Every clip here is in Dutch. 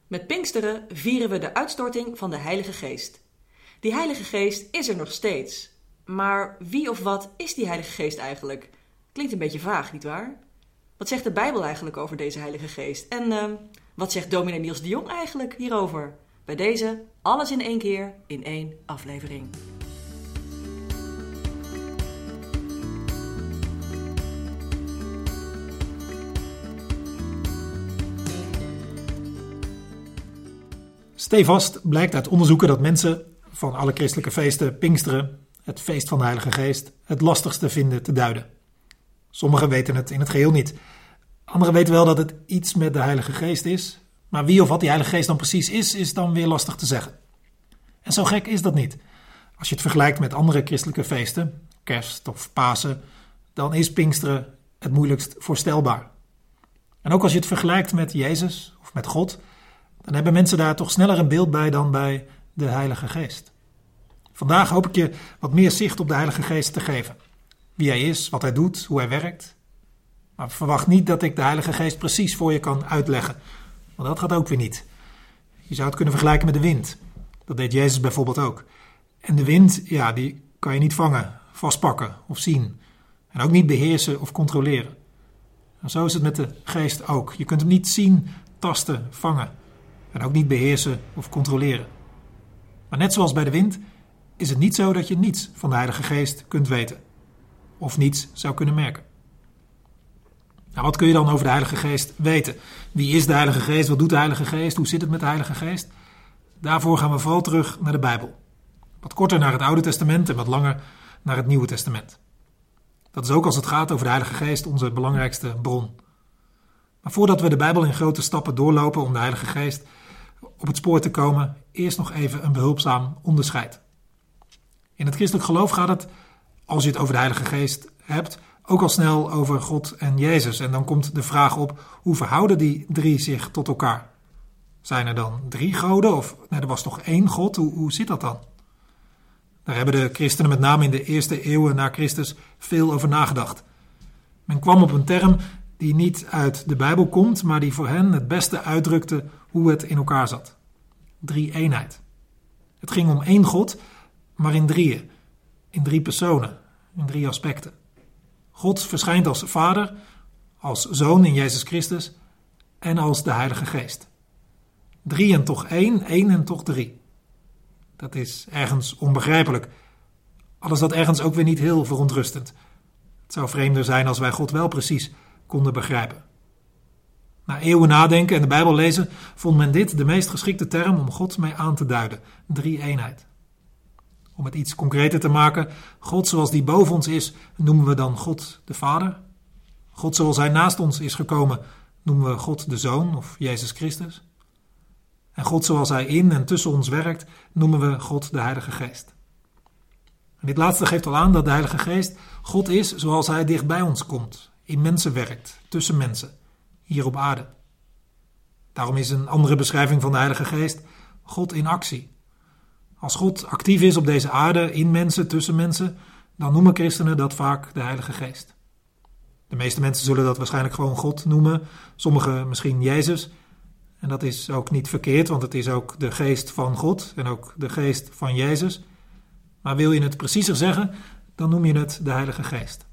Met Pinksteren vieren we de uitstorting van de Heilige Geest. Die Heilige Geest is er nog steeds. Maar wie of wat is die Heilige Geest eigenlijk? Klinkt een beetje vaag, nietwaar? Wat zegt de Bijbel eigenlijk over deze Heilige Geest? En wat zegt dominee Niels de Jong eigenlijk hierover? Bij deze alles in één keer in één aflevering. Stevast blijkt uit onderzoeken dat mensen van alle christelijke feesten Pinksteren, het feest van de Heilige Geest, het lastigste vinden te duiden. Sommigen weten het in het geheel niet. Anderen weten wel dat het iets met de Heilige Geest is, maar wie of wat die Heilige Geest dan precies is dan weer lastig te zeggen. En zo gek is dat niet. Als je het vergelijkt met andere christelijke feesten, Kerst of Pasen, dan is Pinksteren het moeilijkst voorstelbaar. En ook als je het vergelijkt met Jezus of met God, dan hebben mensen daar toch sneller een beeld bij dan bij de Heilige Geest. Vandaag hoop ik je wat meer zicht op de Heilige Geest te geven. Wie hij is, wat hij doet, hoe hij werkt. Maar verwacht niet dat ik de Heilige Geest precies voor je kan uitleggen. Want dat gaat ook weer niet. Je zou het kunnen vergelijken met de wind. Dat deed Jezus bijvoorbeeld ook. En de wind, ja, die kan je niet vangen, vastpakken of zien. En ook niet beheersen of controleren. En zo is het met de Geest ook. Je kunt hem niet zien, tasten, vangen. En ook niet beheersen of controleren. Maar net zoals bij de wind is het niet zo dat je niets van de Heilige Geest kunt weten. Of niets zou kunnen merken. Nou, wat kun je dan over de Heilige Geest weten? Wie is de Heilige Geest? Wat doet de Heilige Geest? Hoe zit het met de Heilige Geest? Daarvoor gaan we vooral terug naar de Bijbel. Wat korter naar het Oude Testament en wat langer naar het Nieuwe Testament. Dat is ook als het gaat over de Heilige Geest onze belangrijkste bron. Maar voordat we de Bijbel in grote stappen doorlopen om de Heilige Geest op het spoor te komen, eerst nog even een behulpzaam onderscheid. In het christelijk geloof gaat het, als je het over de Heilige Geest hebt, ook al snel over God en Jezus. En dan komt de vraag op, hoe verhouden die drie zich tot elkaar? Zijn er dan 3 goden of er was toch 1 God? Hoe zit dat dan? Daar hebben de christenen met name in de eerste eeuwen na Christus veel over nagedacht. Men kwam op een term die niet uit de Bijbel komt, maar die voor hen het beste uitdrukte hoe het in elkaar zat. 3-eenheid. Het ging om 1 God, maar in 3, in 3 personen, in 3 aspecten. God verschijnt als Vader, als Zoon in Jezus Christus en als de Heilige Geest. 3 en toch 1, 1 en toch 3. Dat is ergens onbegrijpelijk. Al is dat ergens ook weer niet heel verontrustend. Het zou vreemder zijn als wij God wel precies konden begrijpen. Na eeuwen nadenken en de Bijbel lezen vond men dit de meest geschikte term om God mee aan te duiden. 3-eenheid. Om het iets concreter te maken, God zoals die boven ons is, noemen we dan God de Vader. God zoals hij naast ons is gekomen, noemen we God de Zoon of Jezus Christus. En God zoals hij in en tussen ons werkt, noemen we God de Heilige Geest. En dit laatste geeft al aan dat de Heilige Geest God is zoals hij dicht bij ons komt, in mensen werkt, tussen mensen, hier op aarde. Daarom is een andere beschrijving van de Heilige Geest God in actie. Als God actief is op deze aarde, in mensen, tussen mensen, dan noemen christenen dat vaak de Heilige Geest. De meeste mensen zullen dat waarschijnlijk gewoon God noemen, sommigen misschien Jezus. En dat is ook niet verkeerd, want het is ook de geest van God en ook de geest van Jezus. Maar wil je het preciezer zeggen, dan noem je het de Heilige Geest.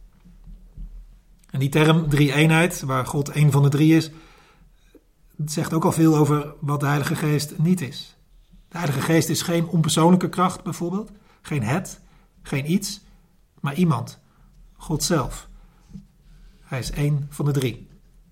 En die term 3-eenheid, waar God 1 van de 3 is, zegt ook al veel over wat de Heilige Geest niet is. De Heilige Geest is geen onpersoonlijke kracht bijvoorbeeld, geen het, geen iets, maar iemand, God zelf. Hij is 1 van de 3.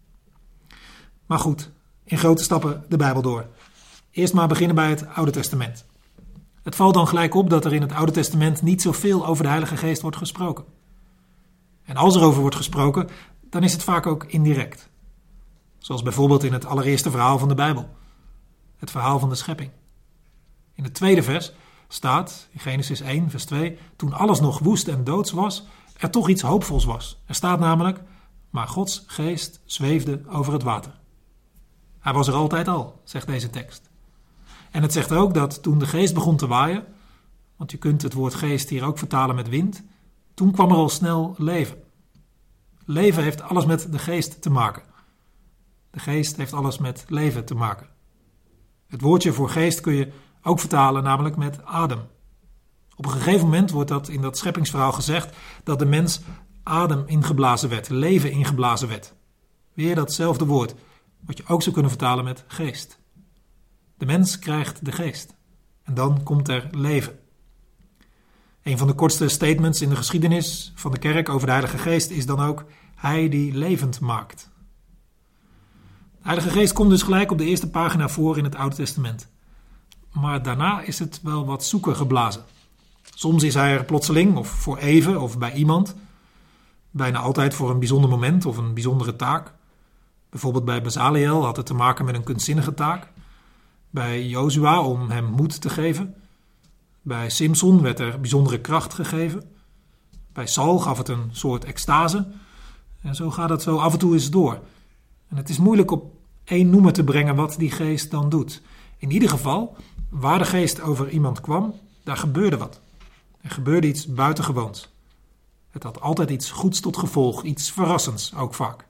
Maar goed, in grote stappen de Bijbel door. Eerst maar beginnen bij het Oude Testament. Het valt dan gelijk op dat er in het Oude Testament niet zoveel over de Heilige Geest wordt gesproken. En als er over wordt gesproken, dan is het vaak ook indirect. Zoals bijvoorbeeld in het allereerste verhaal van de Bijbel. Het verhaal van de schepping. In het tweede vers staat, in Genesis 1 vers 2, toen alles nog woest en doods was, er toch iets hoopvols was. Er staat namelijk, maar Gods geest zweefde over het water. Hij was er altijd al, zegt deze tekst. En het zegt ook dat toen de geest begon te waaien, want je kunt het woord geest hier ook vertalen met wind, toen kwam er al snel leven. Leven heeft alles met de geest te maken. De geest heeft alles met leven te maken. Het woordje voor geest kun je ook vertalen namelijk met adem. Op een gegeven moment wordt dat in dat scheppingsverhaal gezegd dat de mens adem ingeblazen werd, leven ingeblazen werd. Weer datzelfde woord, wat je ook zou kunnen vertalen met geest. De mens krijgt de geest en dan komt er leven. Een van de kortste statements in de geschiedenis van de kerk over de Heilige Geest is dan ook Hij die levend maakt. De Heilige Geest komt dus gelijk op de eerste pagina voor in het Oude Testament. Maar daarna is het wel wat zoeken geblazen. Soms is hij er plotseling of voor even of bij iemand. Bijna altijd voor een bijzonder moment of een bijzondere taak. Bijvoorbeeld bij Bezaliel had het te maken met een kunstzinnige taak. Bij Jozua om hem moed te geven. Bij Simson werd er bijzondere kracht gegeven. Bij Saul gaf het een soort extase. En zo gaat het zo af en toe eens door. En het is moeilijk op één noemer te brengen wat die geest dan doet. In ieder geval, waar de geest over iemand kwam, daar gebeurde wat. Er gebeurde iets buitengewoons. Het had altijd iets goeds tot gevolg, iets verrassends ook vaak.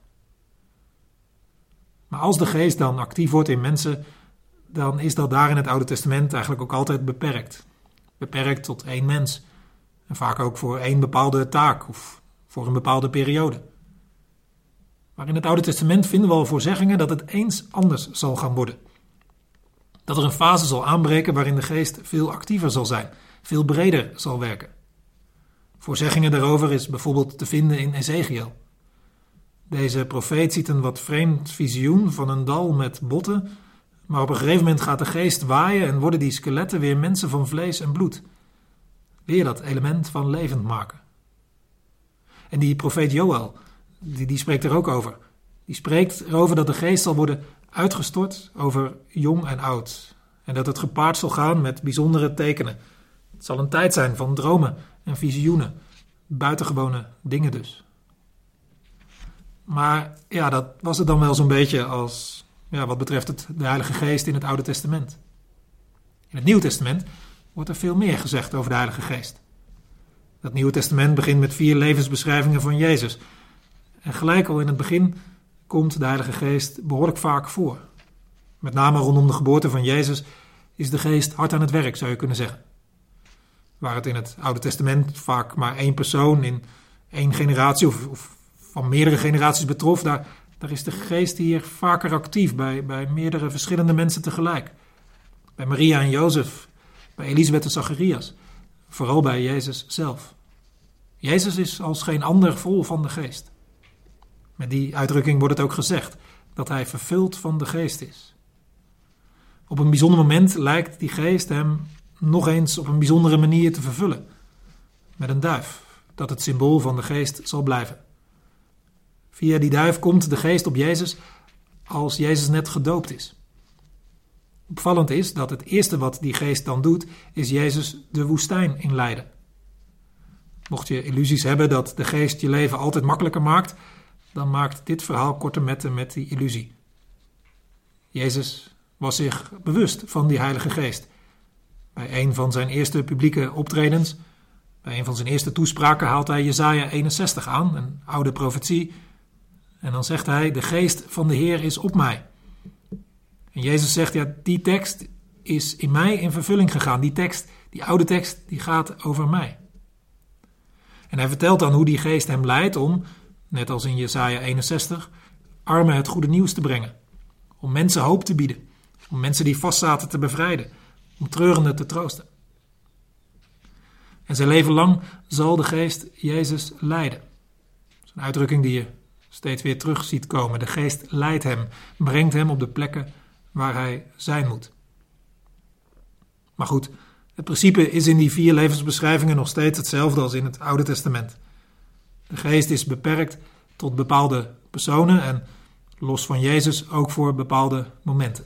Maar als de geest dan actief wordt in mensen, dan is dat daar in het Oude Testament eigenlijk ook altijd beperkt. Beperkt tot één mens. En vaak ook voor één bepaalde taak of voor een bepaalde periode. Maar in het Oude Testament vinden we al voorzeggingen dat het eens anders zal gaan worden. Dat er een fase zal aanbreken waarin de geest veel actiever zal zijn, veel breder zal werken. Voorzeggingen daarover is bijvoorbeeld te vinden in Ezechiel. Deze profeet ziet een wat vreemd visioen van een dal met botten, maar op een gegeven moment gaat de geest waaien en worden die skeletten weer mensen van vlees en bloed. Weer dat element van levend maken. En die profeet Joël, die spreekt er ook over. Die spreekt erover dat de geest zal worden uitgestort over jong en oud. En dat het gepaard zal gaan met bijzondere tekenen. Het zal een tijd zijn van dromen en visioenen. Buitengewone dingen dus. Maar ja, dat was het dan wel zo'n beetje als wat betreft de Heilige Geest in het Oude Testament. In het Nieuwe Testament wordt er veel meer gezegd over de Heilige Geest. Dat Nieuwe Testament begint met 4 levensbeschrijvingen van Jezus. En gelijk al in het begin komt de Heilige Geest behoorlijk vaak voor. Met name rondom de geboorte van Jezus is de Geest hard aan het werk, zou je kunnen zeggen. Waar het in het Oude Testament vaak maar één persoon in één generatie of van meerdere generaties betrof, daar is de Geest hier vaker actief bij meerdere verschillende mensen tegelijk. Bij Maria en Jozef, bij Elisabeth en Zacharias, vooral bij Jezus zelf. Jezus is als geen ander vol van de Geest. Met die uitdrukking wordt het ook gezegd dat hij vervuld van de Geest is. Op een bijzonder moment lijkt die Geest hem nog eens op een bijzondere manier te vervullen. Met een duif, dat het symbool van de Geest zal blijven. Via die duif komt de Geest op Jezus als Jezus net gedoopt is. Opvallend is dat het eerste wat die Geest dan doet, is Jezus de woestijn inleiden. Mocht je illusies hebben dat de Geest je leven altijd makkelijker maakt, dan maakt dit verhaal korte metten met die illusie. Jezus was zich bewust van die Heilige Geest. Bij een van zijn eerste publieke optredens, bij een van zijn eerste toespraken haalt hij Jesaja 61 aan, een oude profetie. En dan zegt hij, de Geest van de Heer is op mij. En Jezus zegt, die tekst is in mij in vervulling gegaan. Die oude tekst, die gaat over mij. En hij vertelt dan hoe die Geest hem leidt om, net als in Jesaja 61, armen het goede nieuws te brengen. Om mensen hoop te bieden. Om mensen die vastzaten te bevrijden. Om treurenden te troosten. En zijn leven lang zal de Geest Jezus leiden. Dat is een uitdrukking die je steeds weer terug ziet komen. De Geest leidt hem, brengt hem op de plekken waar hij zijn moet. Maar goed, het principe is in die 4 levensbeschrijvingen nog steeds hetzelfde als in het Oude Testament. De Geest is beperkt tot bepaalde personen en los van Jezus ook voor bepaalde momenten.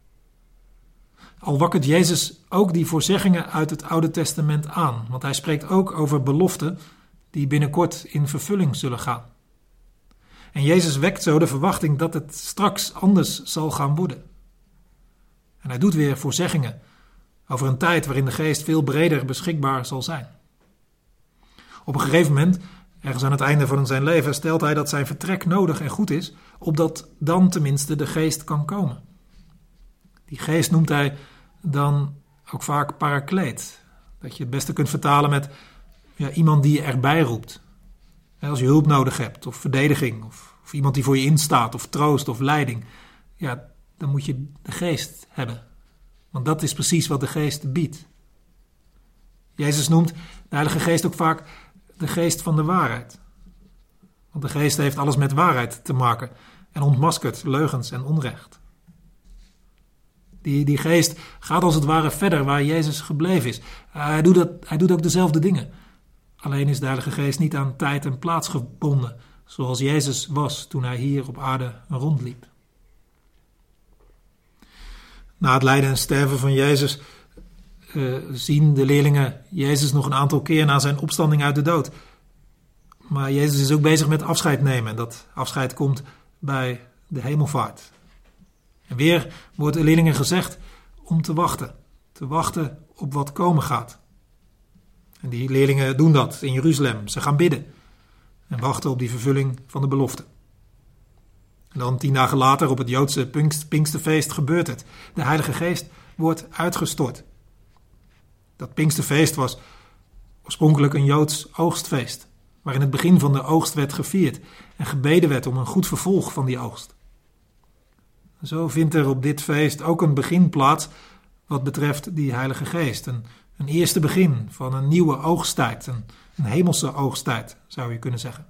Al wakkert Jezus ook die voorzeggingen uit het Oude Testament aan, want hij spreekt ook over beloften die binnenkort in vervulling zullen gaan. En Jezus wekt zo de verwachting dat het straks anders zal gaan worden. En hij doet weer voorzeggingen over een tijd waarin de Geest veel breder beschikbaar zal zijn. Op een gegeven moment, ergens aan het einde van zijn leven, stelt hij dat zijn vertrek nodig en goed is, opdat dan tenminste de Geest kan komen. Die geest noemt hij dan ook vaak parakleet. Dat je het beste kunt vertalen met iemand die je erbij roept. Als je hulp nodig hebt, of verdediging, of iemand die voor je instaat, of troost, of leiding. Ja, dan moet je de geest hebben. Want dat is precies wat de geest biedt. Jezus noemt de Heilige Geest ook vaak de geest van de waarheid. Want de geest heeft alles met waarheid te maken en ontmaskert leugens en onrecht. Die geest gaat als het ware verder waar Jezus gebleven is. Hij doet ook dezelfde dingen. Alleen is de Heilige Geest niet aan tijd en plaats gebonden, zoals Jezus was toen hij hier op aarde rondliep. Na het lijden en sterven van Jezus zien de leerlingen Jezus nog een aantal keer na zijn opstanding uit de dood. Maar Jezus is ook bezig met afscheid nemen. Dat afscheid komt bij de hemelvaart. En weer wordt de leerlingen gezegd om te wachten. Te wachten op wat komen gaat. En die leerlingen doen dat in Jeruzalem. Ze gaan bidden en wachten op die vervulling van de belofte. En dan 10 dagen later op het Joodse Pinksterfeest gebeurt het. De Heilige Geest wordt uitgestort. Dat Pinksterfeest was oorspronkelijk een Joods oogstfeest, waarin het begin van de oogst werd gevierd en gebeden werd om een goed vervolg van die oogst. Zo vindt er op dit feest ook een begin plaats wat betreft die Heilige Geest. Een eerste begin van een nieuwe oogsttijd, een hemelse oogsttijd zou je kunnen zeggen.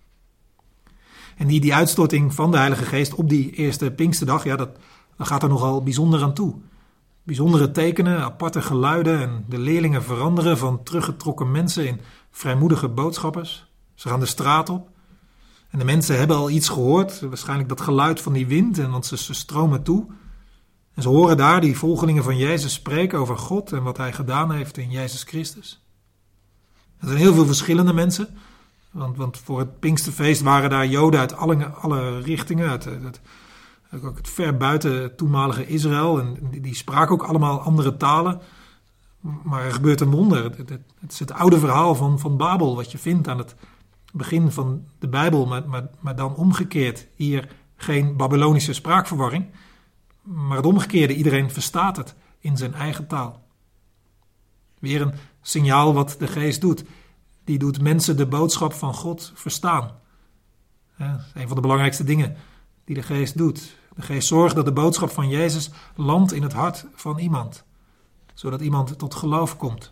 En die uitstorting van de Heilige Geest op die eerste Pinksterdag, dat gaat er nogal bijzonder aan toe. Bijzondere tekenen, aparte geluiden en de leerlingen veranderen van teruggetrokken mensen in vrijmoedige boodschappers. Ze gaan de straat op en de mensen hebben al iets gehoord, waarschijnlijk dat geluid van die wind, want ze stromen toe. En ze horen daar die volgelingen van Jezus spreken over God en wat hij gedaan heeft in Jezus Christus. Er zijn heel veel verschillende mensen, want voor het Pinksterfeest waren daar Joden uit alle richtingen, ook het ver buiten het toenmalige Israël. En die spraken ook allemaal andere talen. Maar er gebeurt een wonder. Het is het oude verhaal van Babel wat je vindt aan het begin van de Bijbel. Maar dan omgekeerd. Hier geen Babylonische spraakverwarring. Maar het omgekeerde. Iedereen verstaat het in zijn eigen taal. Weer een signaal wat de geest doet. Die doet mensen de boodschap van God verstaan. Dat is een van de belangrijkste dingen die de geest doet. De geest zorgt dat de boodschap van Jezus landt in het hart van iemand. Zodat iemand tot geloof komt.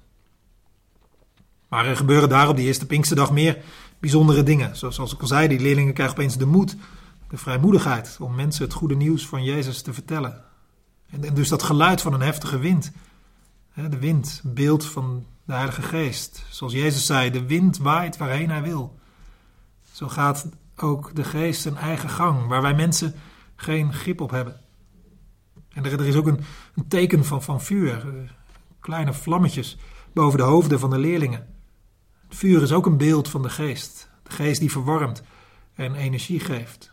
Maar er gebeuren daar op die eerste Pinksterdag meer bijzondere dingen. Zoals ik al zei, die leerlingen krijgen opeens de moed, de vrijmoedigheid om mensen het goede nieuws van Jezus te vertellen. En dus dat geluid van een heftige wind. De wind, een beeld van de Heilige Geest. Zoals Jezus zei, de wind waait waarheen hij wil. Zo gaat ook de geest zijn eigen gang, waar wij mensen geen grip op hebben. En er is ook een teken van vuur. Kleine vlammetjes boven de hoofden van de leerlingen. Het vuur is ook een beeld van de geest. De geest die verwarmt en energie geeft.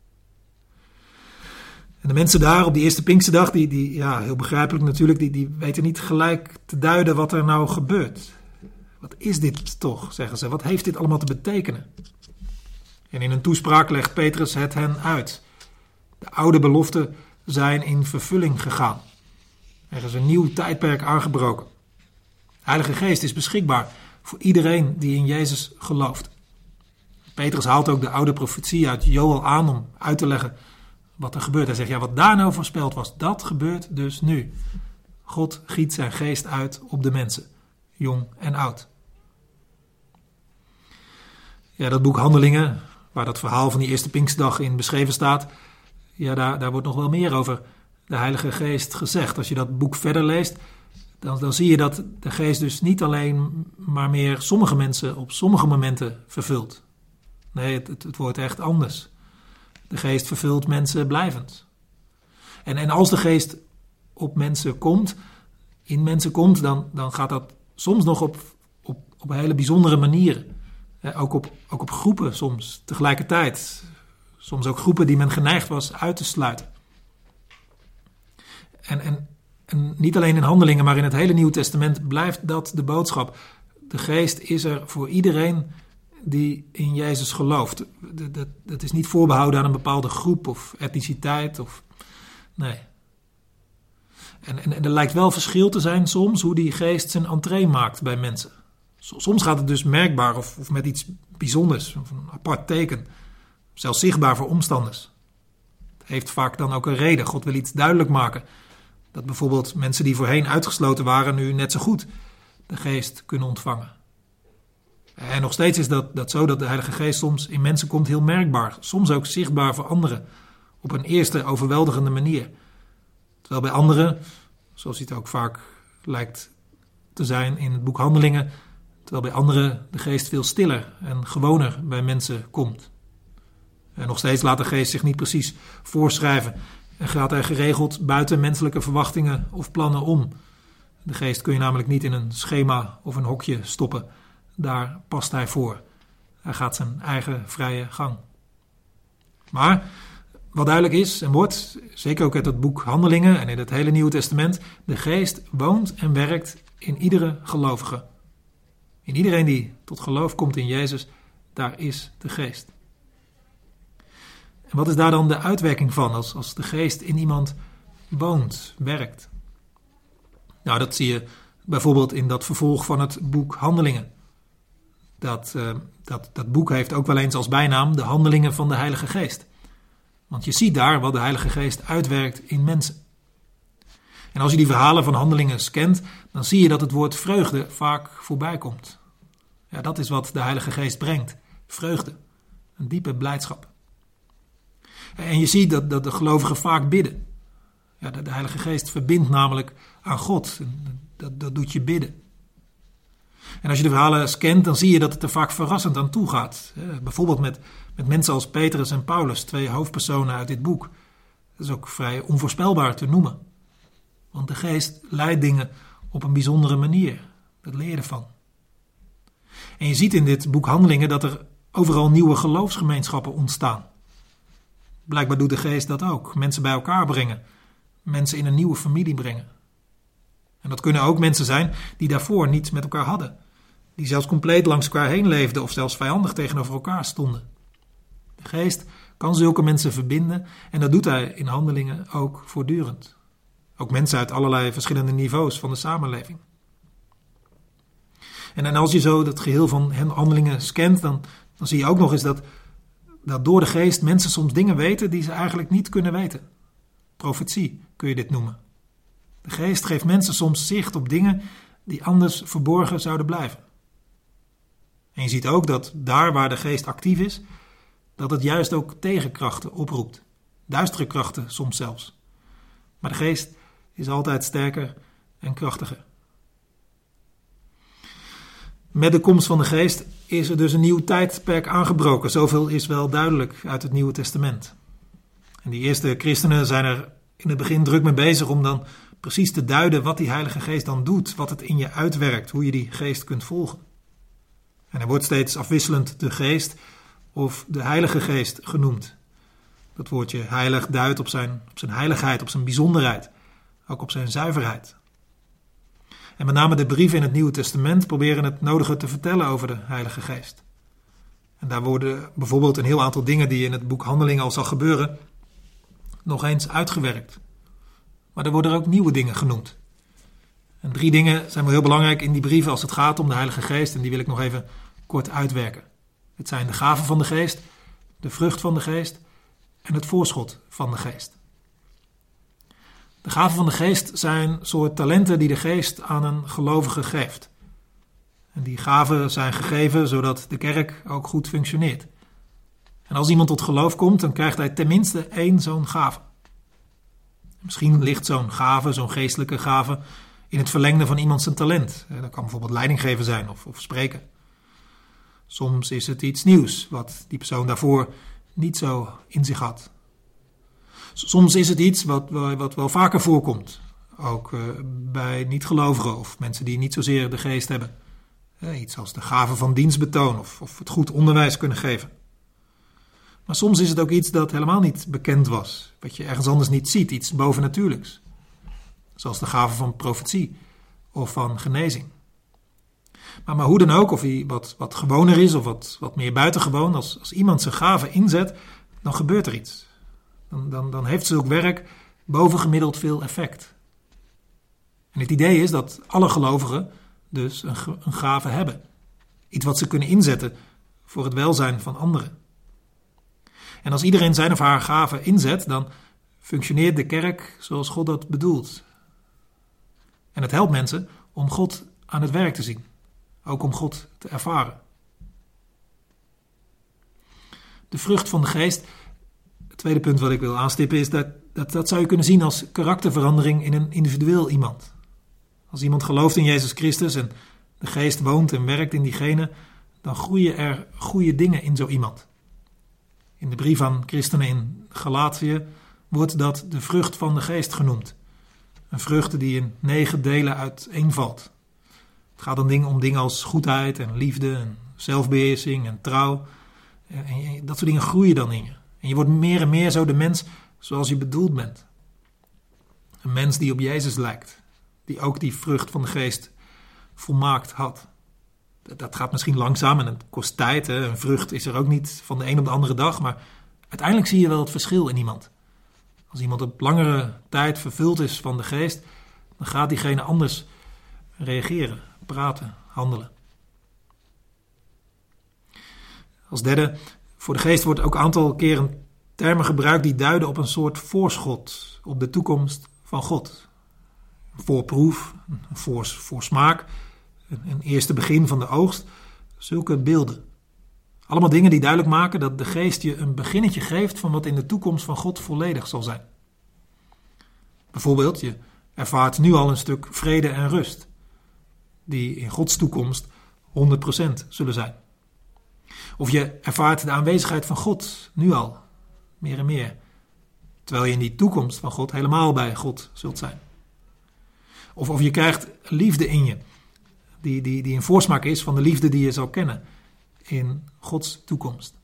En de mensen daar op die eerste Pinksterdag, die heel begrijpelijk natuurlijk, die weten niet gelijk te duiden wat er nou gebeurt. Wat is dit toch, zeggen ze. Wat heeft dit allemaal te betekenen? En in een toespraak legt Petrus het hen uit. De oude beloften zijn in vervulling gegaan. Er is een nieuw tijdperk aangebroken. De Heilige Geest is beschikbaar voor iedereen die in Jezus gelooft. Petrus haalt ook de oude profetie uit Joël aan om uit te leggen wat er gebeurt. Hij zegt, wat daar nou voorspeld was, dat gebeurt dus nu. God giet zijn geest uit op de mensen, jong en oud. Ja, dat boek Handelingen, waar dat verhaal van die eerste Pinksterdag in beschreven staat, daar wordt nog wel meer over de Heilige Geest gezegd. Als je dat boek verder leest, dan zie je dat de Geest dus niet alleen maar meer sommige mensen op sommige momenten vervult. Nee, het wordt echt anders. De Geest vervult mensen blijvend. En als de Geest op mensen komt, in mensen komt, dan gaat dat soms nog op hele bijzondere manieren. Ook op groepen soms tegelijkertijd. Soms ook groepen die men geneigd was uit te sluiten. En niet alleen in Handelingen, maar in het hele Nieuwe Testament blijft dat de boodschap. De Geest is er voor iedereen die in Jezus gelooft. Dat is niet voorbehouden aan een bepaalde groep of etniciteit. Nee. En er lijkt wel verschil te zijn soms hoe die geest zijn entree maakt bij mensen. Soms gaat het dus merkbaar of met iets bijzonders, of een apart teken. Zelfs zichtbaar voor omstanders. Het heeft vaak dan ook een reden. God wil iets duidelijk maken. Dat bijvoorbeeld mensen die voorheen uitgesloten waren nu net zo goed de geest kunnen ontvangen. En nog steeds is dat zo dat de Heilige Geest soms in mensen komt heel merkbaar. Soms ook zichtbaar voor anderen. Op een eerste overweldigende manier. Terwijl bij anderen, zoals het ook vaak lijkt te zijn in het boek Handelingen, terwijl bij anderen de geest veel stiller en gewoner bij mensen komt. En nog steeds laat de geest zich niet precies voorschrijven en gaat hij geregeld buiten menselijke verwachtingen of plannen om. De geest kun je namelijk niet in een schema of een hokje stoppen. Daar past hij voor. Hij gaat zijn eigen vrije gang. Maar wat duidelijk is en wordt, zeker ook uit het boek Handelingen en in het hele Nieuwe Testament, de geest woont en werkt in iedere gelovige. In iedereen die tot geloof komt in Jezus, daar is de geest. En wat is daar dan de uitwerking van als de geest in iemand woont, werkt? Nou, dat zie je bijvoorbeeld in dat vervolg van het boek Handelingen. Dat boek heeft ook wel eens als bijnaam de Handelingen van de Heilige Geest. Want je ziet daar wat de Heilige Geest uitwerkt in mensen. En als je die verhalen van Handelingen scant, dan zie je dat het woord vreugde vaak voorbij komt. Ja, dat is wat de Heilige Geest brengt. Vreugde. Een diepe blijdschap. En je ziet dat de gelovigen vaak bidden. Ja, de Heilige Geest verbindt namelijk aan God. Dat doet je bidden. En als je de verhalen scant, dan zie je dat het er vaak verrassend aan toe gaat. Bijvoorbeeld met mensen als Petrus en Paulus, 2 hoofdpersonen uit dit boek. Dat is ook vrij onvoorspelbaar te noemen. Want de geest leidt dingen op een bijzondere manier. Dat leer je ervan. En je ziet in dit boek Handelingen dat er overal nieuwe geloofsgemeenschappen ontstaan. Blijkbaar doet de geest dat ook. Mensen bij elkaar brengen. Mensen in een nieuwe familie brengen. En dat kunnen ook mensen zijn die daarvoor niets met elkaar hadden. Die zelfs compleet langs elkaar heen leefden of zelfs vijandig tegenover elkaar stonden. De geest kan zulke mensen verbinden en dat doet hij in Handelingen ook voortdurend. Ook mensen uit allerlei verschillende niveaus van de samenleving. En als je zo dat geheel van Handelingen scant, dan zie je ook nog eens dat door de geest mensen soms dingen weten die ze eigenlijk niet kunnen weten. Profetie kun je dit noemen. De geest geeft mensen soms zicht op dingen die anders verborgen zouden blijven. En je ziet ook dat daar waar de geest actief is, dat het juist ook tegenkrachten oproept. Duistere krachten soms zelfs. Maar de geest is altijd sterker en krachtiger. Met de komst van de geest is er dus een nieuw tijdperk aangebroken. Zoveel is wel duidelijk uit het Nieuwe Testament. En die eerste christenen zijn er in het begin druk mee bezig om dan precies te duiden wat die Heilige Geest dan doet, wat het in je uitwerkt, hoe je die geest kunt volgen. En er wordt steeds afwisselend de geest of de Heilige Geest genoemd. Dat woordje heilig duidt op zijn heiligheid, op zijn bijzonderheid, ook op zijn zuiverheid. En met name de brieven in het Nieuwe Testament proberen het nodige te vertellen over de Heilige Geest. En daar worden bijvoorbeeld een heel aantal dingen die in het boek Handelingen al zal gebeuren, nog eens uitgewerkt. Maar er worden ook nieuwe dingen genoemd. En 3 dingen zijn wel heel belangrijk in die brieven als het gaat om de Heilige Geest. En die wil ik nog even kort uitwerken. Het zijn de gaven van de Geest, de vrucht van de Geest en het voorschot van de Geest. De gaven van de Geest zijn soort talenten die de Geest aan een gelovige geeft. En die gaven zijn gegeven zodat de kerk ook goed functioneert. En als iemand tot geloof komt, dan krijgt hij tenminste 1 zo'n gave. Misschien ligt zo'n gave, zo'n geestelijke gave, in het verlengde van iemand zijn talent. Dat kan bijvoorbeeld leidinggeven zijn of spreken. Soms is het iets nieuws wat die persoon daarvoor niet zo in zich had. Soms is het iets wat wel vaker voorkomt. Ook bij niet-gelovigen of mensen die niet zozeer de geest hebben. Iets als de gave van dienstbetoon of het goed onderwijs kunnen geven. Maar soms is het ook iets dat helemaal niet bekend was. Wat je ergens anders niet ziet, iets bovennatuurlijks. Zoals de gave van profetie of van genezing. Maar hoe dan ook, of hij wat gewoner is of wat meer buitengewoon. Als iemand zijn gave inzet, dan gebeurt er iets. Dan heeft zulk werk bovengemiddeld veel effect. het idee is dat alle gelovigen dus een gave hebben. Iets wat ze kunnen inzetten voor het welzijn van anderen. En als iedereen zijn of haar gave inzet, dan functioneert de kerk zoals God dat bedoelt. En het helpt mensen om God aan het werk te zien. Ook om God te ervaren. De vrucht van de geest, het tweede punt wat ik wil aanstippen, is dat zou je kunnen zien als karakterverandering in een individueel iemand. Als iemand gelooft in Jezus Christus en de geest woont en werkt in diegene, dan groeien er goede dingen in zo iemand. In de brief aan christenen in Galatië wordt dat de vrucht van de geest genoemd. Een vrucht die in 9 delen uiteenvalt. Het gaat om dingen als goedheid en liefde en zelfbeheersing en trouw. En dat soort dingen groeien dan in je. En je wordt meer en meer zo de mens zoals je bedoeld bent. Een mens die op Jezus lijkt. Die ook die vrucht van de geest volmaakt had. Dat gaat misschien langzaam en het kost tijd. Hè. Een vrucht is er ook niet van de een op de andere dag. Maar uiteindelijk zie je wel het verschil in iemand. Als iemand op langere tijd vervuld is van de geest, dan gaat diegene anders reageren, praten, handelen. Als derde, voor de geest wordt ook een aantal keren termen gebruikt die duiden op een soort voorschot op de toekomst van God. Een voorproef, een voorsmaak, een eerste begin van de oogst, zulke beelden. Allemaal dingen die duidelijk maken dat de geest je een beginnetje geeft van wat in de toekomst van God volledig zal zijn. Bijvoorbeeld, je ervaart nu al een stuk vrede en rust, die in Gods toekomst 100% zullen zijn. Of je ervaart de aanwezigheid van God nu al, meer en meer, terwijl je in die toekomst van God helemaal bij God zult zijn. Of je krijgt liefde in je, die een voorsmaak is van de liefde die je zal kennen in Gods toekomst.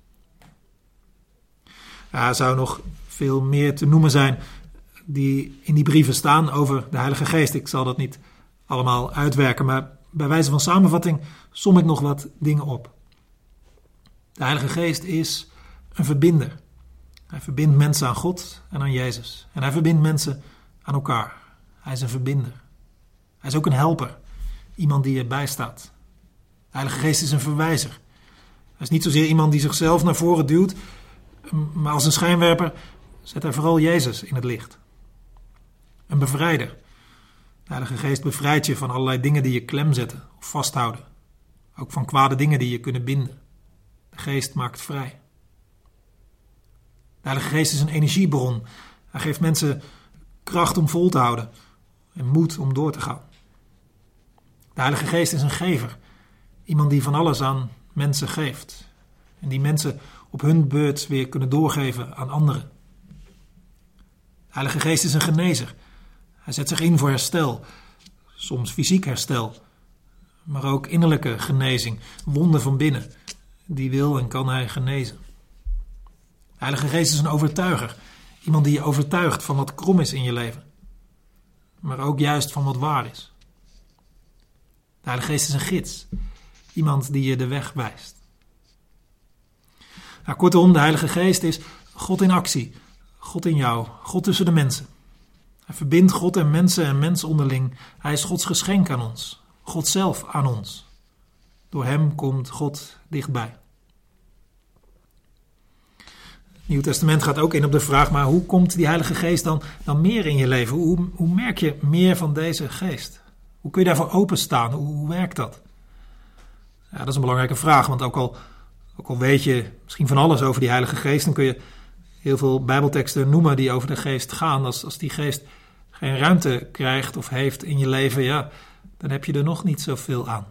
Ja, er zou nog veel meer te noemen zijn die in die brieven staan over de Heilige Geest. Ik zal dat niet allemaal uitwerken, maar bij wijze van samenvatting som ik nog wat dingen op. De Heilige Geest is een verbinder. Hij verbindt mensen aan God en aan Jezus. En hij verbindt mensen aan elkaar. Hij is een verbinder. Hij is ook een helper. Iemand die je bijstaat. De Heilige Geest is een verwijzer. Hij is niet zozeer iemand die zichzelf naar voren duwt, maar als een schijnwerper zet hij vooral Jezus in het licht. Een bevrijder. De Heilige Geest bevrijdt je van allerlei dingen die je klem zetten of vasthouden. Ook van kwade dingen die je kunnen binden. De Geest maakt vrij. De Heilige Geest is een energiebron. Hij geeft mensen kracht om vol te houden en moed om door te gaan. De Heilige Geest is een gever. Iemand die van alles aan mensen geeft. En die mensen op hun beurt weer kunnen doorgeven aan anderen. De Heilige Geest is een genezer. Hij zet zich in voor herstel. Soms fysiek herstel. Maar ook innerlijke genezing. Wonden van binnen. Die wil en kan hij genezen. De Heilige Geest is een overtuiger. Iemand die je overtuigt van wat krom is in je leven. Maar ook juist van wat waar is. De Heilige Geest is een gids. Iemand die je de weg wijst. Nou, kortom, de Heilige Geest is God in actie. God in jou. God tussen de mensen. Hij verbindt God en mens onderling. Hij is Gods geschenk aan ons. God zelf aan ons. Door hem komt God dichtbij. Het Nieuw Testament gaat ook in op de vraag, maar hoe komt die Heilige Geest dan meer in je leven? Hoe merk je meer van deze geest? Hoe kun je daarvoor openstaan? Hoe werkt dat? Ja, dat is een belangrijke vraag, want ook al weet je misschien van alles over die Heilige Geest, dan kun je heel veel Bijbelteksten noemen die over de Geest gaan. Als die Geest geen ruimte krijgt of heeft in je leven, ja, dan heb je er nog niet zoveel aan.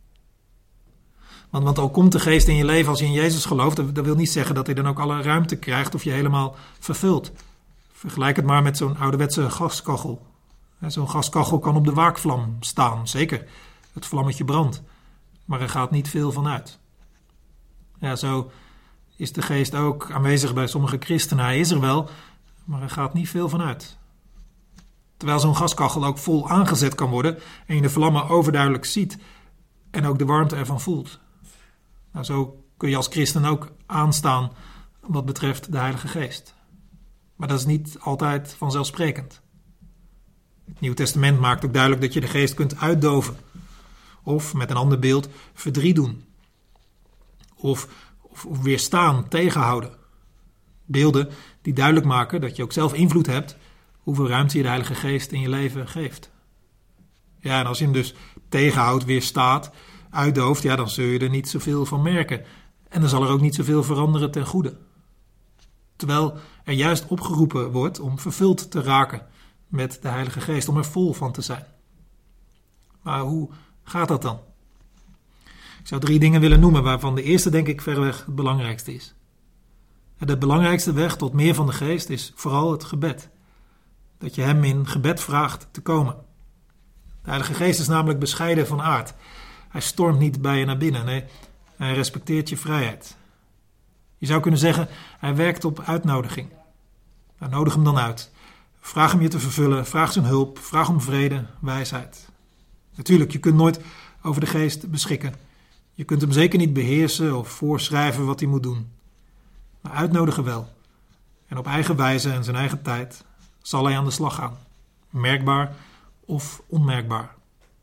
Want al komt de Geest in je leven als je in Jezus gelooft, dat wil niet zeggen dat hij dan ook alle ruimte krijgt of je helemaal vervult. Vergelijk het maar met zo'n ouderwetse gaskachel. Zo'n gaskachel kan op de waakvlam staan, zeker. Het vlammetje brandt, maar er gaat niet veel van uit. Ja, zo is de Geest ook aanwezig bij sommige christenen. Hij is er wel, maar er gaat niet veel van uit. Terwijl zo'n gaskachel ook vol aangezet kan worden en je de vlammen overduidelijk ziet en ook de warmte ervan voelt. Nou, zo kun je als christen ook aanstaan wat betreft de Heilige Geest. Maar dat is niet altijd vanzelfsprekend. Het Nieuw Testament maakt ook duidelijk dat je de geest kunt uitdoven. Of, met een ander beeld, verdriet doen. Of weerstaan, tegenhouden. Beelden die duidelijk maken dat je ook zelf invloed hebt hoeveel ruimte je de Heilige Geest in je leven geeft. Ja, en als je hem dus tegenhoudt, weerstaat, uitdooft, ja, dan zul je er niet zoveel van merken. En dan zal er ook niet zoveel veranderen ten goede. Terwijl er juist opgeroepen wordt om vervuld te raken met de Heilige Geest, om er vol van te zijn. Maar hoe gaat dat dan? Ik zou 3 dingen willen noemen, waarvan de eerste denk ik verreweg het belangrijkste is. De belangrijkste weg tot meer van de Geest is vooral het gebed. Dat je hem in gebed vraagt te komen. De Heilige Geest is namelijk bescheiden van aard. Hij stormt niet bij je naar binnen, nee, hij respecteert je vrijheid. Je zou kunnen zeggen, hij werkt op uitnodiging. Nou, nodig hem dan uit. Vraag hem je te vervullen, vraag zijn hulp, vraag om vrede, wijsheid. Natuurlijk, je kunt nooit over de Geest beschikken. Je kunt hem zeker niet beheersen of voorschrijven wat hij moet doen. Maar uitnodigen wel. En op eigen wijze en zijn eigen tijd zal hij aan de slag gaan. Merkbaar of onmerkbaar.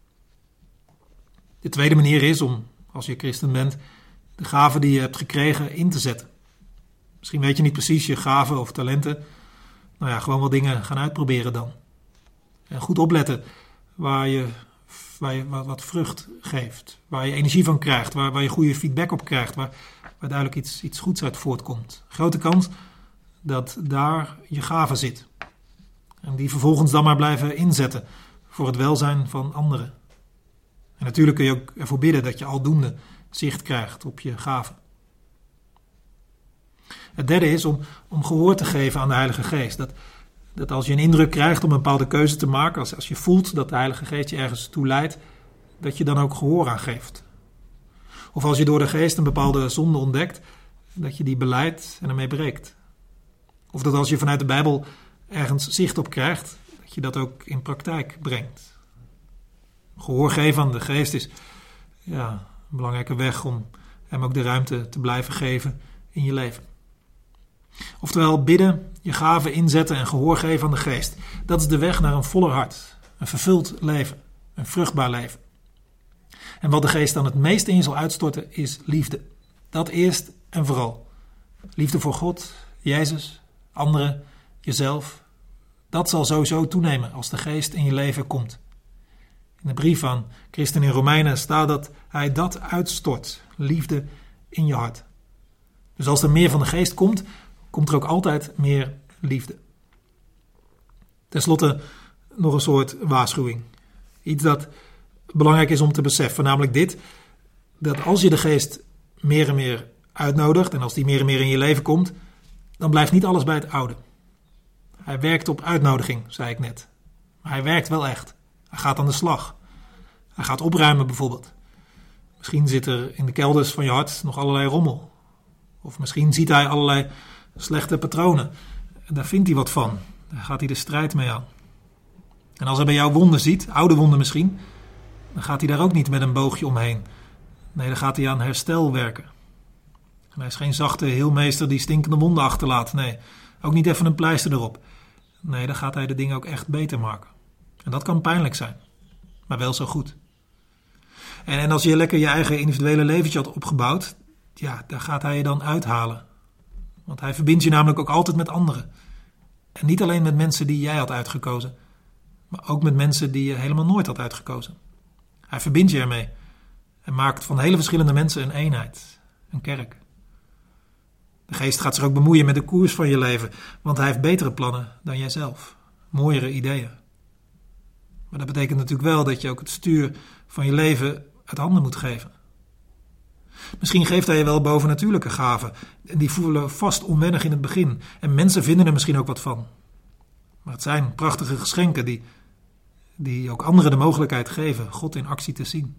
De tweede manier is om, als je christen bent, de gaven die je hebt gekregen in te zetten. Misschien weet je niet precies je gaven of talenten. Nou ja, gewoon wel dingen gaan uitproberen dan. En goed opletten waar je wat vrucht geeft. Waar je energie van krijgt, waar je goede feedback op krijgt. Waar duidelijk iets goeds uit voortkomt. Grote kans dat daar je gave zit. En die vervolgens dan maar blijven inzetten voor het welzijn van anderen. En natuurlijk kun je ook ervoor bidden dat je aldoende zicht krijgt op je gaven. Het derde is om gehoor te geven aan de Heilige Geest. Dat als je een indruk krijgt om een bepaalde keuze te maken, als je voelt dat de Heilige Geest je ergens toe leidt, dat je dan ook gehoor aan geeft. Of als je door de Geest een bepaalde zonde ontdekt, dat je die belijdt en ermee breekt. Of dat als je vanuit de Bijbel ergens zicht op krijgt, dat je dat ook in praktijk brengt. Gehoor geven aan de Geest is een belangrijke weg om hem ook de ruimte te blijven geven in je leven. Oftewel bidden, je gaven inzetten en gehoor geven aan de Geest. Dat is de weg naar een voller hart, een vervuld leven, een vruchtbaar leven. En wat de Geest dan het meest in je zal uitstorten is liefde. Dat eerst en vooral. Liefde voor God, Jezus, anderen, jezelf. Dat zal sowieso toenemen als de Geest in je leven komt. In de brief aan Christen in Romeinen staat dat hij dat uitstort, liefde in je hart. Dus als er meer van de Geest komt, komt er ook altijd meer liefde. Ten slotte nog een soort waarschuwing. Iets dat belangrijk is om te beseffen, namelijk dit: dat als je de Geest meer en meer uitnodigt en als die meer en meer in je leven komt, dan blijft niet alles bij het oude. Hij werkt op uitnodiging, zei ik net. Maar hij werkt wel echt. Hij gaat aan de slag. Hij gaat opruimen bijvoorbeeld. Misschien zit er in de kelders van je hart nog allerlei rommel. Of misschien ziet hij allerlei slechte patronen. En daar vindt hij wat van. Daar gaat hij de strijd mee aan. En als hij bij jou wonden ziet, oude wonden misschien, dan gaat hij daar ook niet met een boogje omheen. Nee, dan gaat hij aan herstel werken. En hij is geen zachte heelmeester die stinkende wonden achterlaat. Nee, ook niet even een pleister erop. Nee, dan gaat hij de dingen ook echt beter maken. En dat kan pijnlijk zijn, maar wel zo goed. En als je lekker je eigen individuele leventje had opgebouwd, ja, daar gaat hij je dan uithalen. Want hij verbindt je namelijk ook altijd met anderen. En niet alleen met mensen die jij had uitgekozen, maar ook met mensen die je helemaal nooit had uitgekozen. Hij verbindt je ermee en maakt van hele verschillende mensen een eenheid, een kerk. De Geest gaat zich ook bemoeien met de koers van je leven, want hij heeft betere plannen dan jijzelf, mooiere ideeën. Maar dat betekent natuurlijk wel dat je ook het stuur van je leven uit handen moet geven. Misschien geeft hij je wel bovennatuurlijke gaven. En die voelen vast onwennig in het begin. En mensen vinden er misschien ook wat van. Maar het zijn prachtige geschenken die ook anderen de mogelijkheid geven God in actie te zien.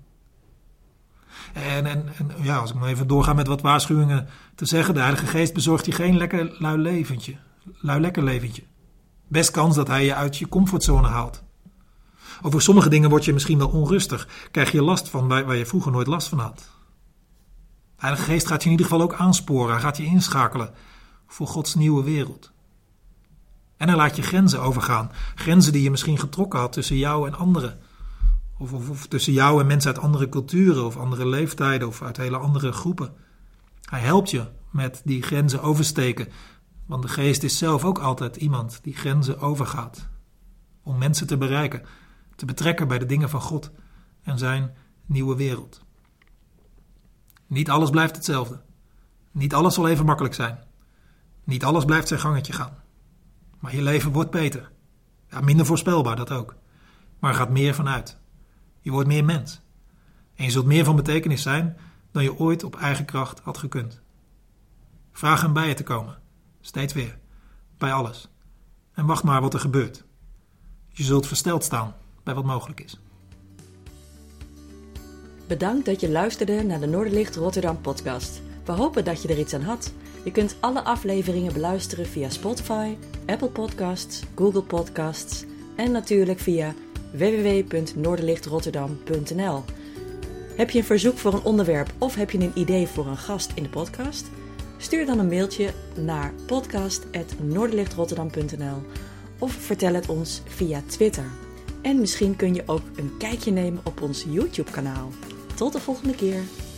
En als ik nog even doorga met wat waarschuwingen te zeggen. De Heilige Geest bezorgt je geen lekker lui leventje. Best kans dat hij je uit je comfortzone haalt. Over sommige dingen word je misschien wel onrustig. Krijg je last van waar je vroeger nooit last van had. De Heilige Geest gaat je in ieder geval ook aansporen. Hij gaat je inschakelen voor Gods nieuwe wereld. En hij laat je grenzen overgaan. Grenzen die je misschien getrokken had tussen jou en anderen. Of tussen jou en mensen uit andere culturen of andere leeftijden of uit hele andere groepen. Hij helpt je met die grenzen oversteken. Want de geest is zelf ook altijd iemand die grenzen overgaat. Om mensen te bereiken, te betrekken bij de dingen van God en zijn nieuwe wereld. Niet alles blijft hetzelfde. Niet alles zal even makkelijk zijn. Niet alles blijft zijn gangetje gaan. Maar je leven wordt beter. Ja, minder voorspelbaar, dat ook. Maar er gaat meer vanuit. Je wordt meer mens. En je zult meer van betekenis zijn dan je ooit op eigen kracht had gekund. Vraag hem bij je te komen. Steeds weer. Bij alles. En wacht maar wat er gebeurt. Je zult versteld staan bij wat mogelijk is. Bedankt dat je luisterde naar de Noorderlicht Rotterdam podcast. We hopen dat je er iets aan had. Je kunt alle afleveringen beluisteren via Spotify, Apple Podcasts, Google Podcasts en natuurlijk via www.noorderlichtrotterdam.nl. Heb je een verzoek voor een onderwerp of heb je een idee voor een gast in de podcast? Stuur dan een mailtje naar podcast@noorderlichtrotterdam.nl of vertel het ons via Twitter. En misschien kun je ook een kijkje nemen op ons YouTube-kanaal. Tot de volgende keer!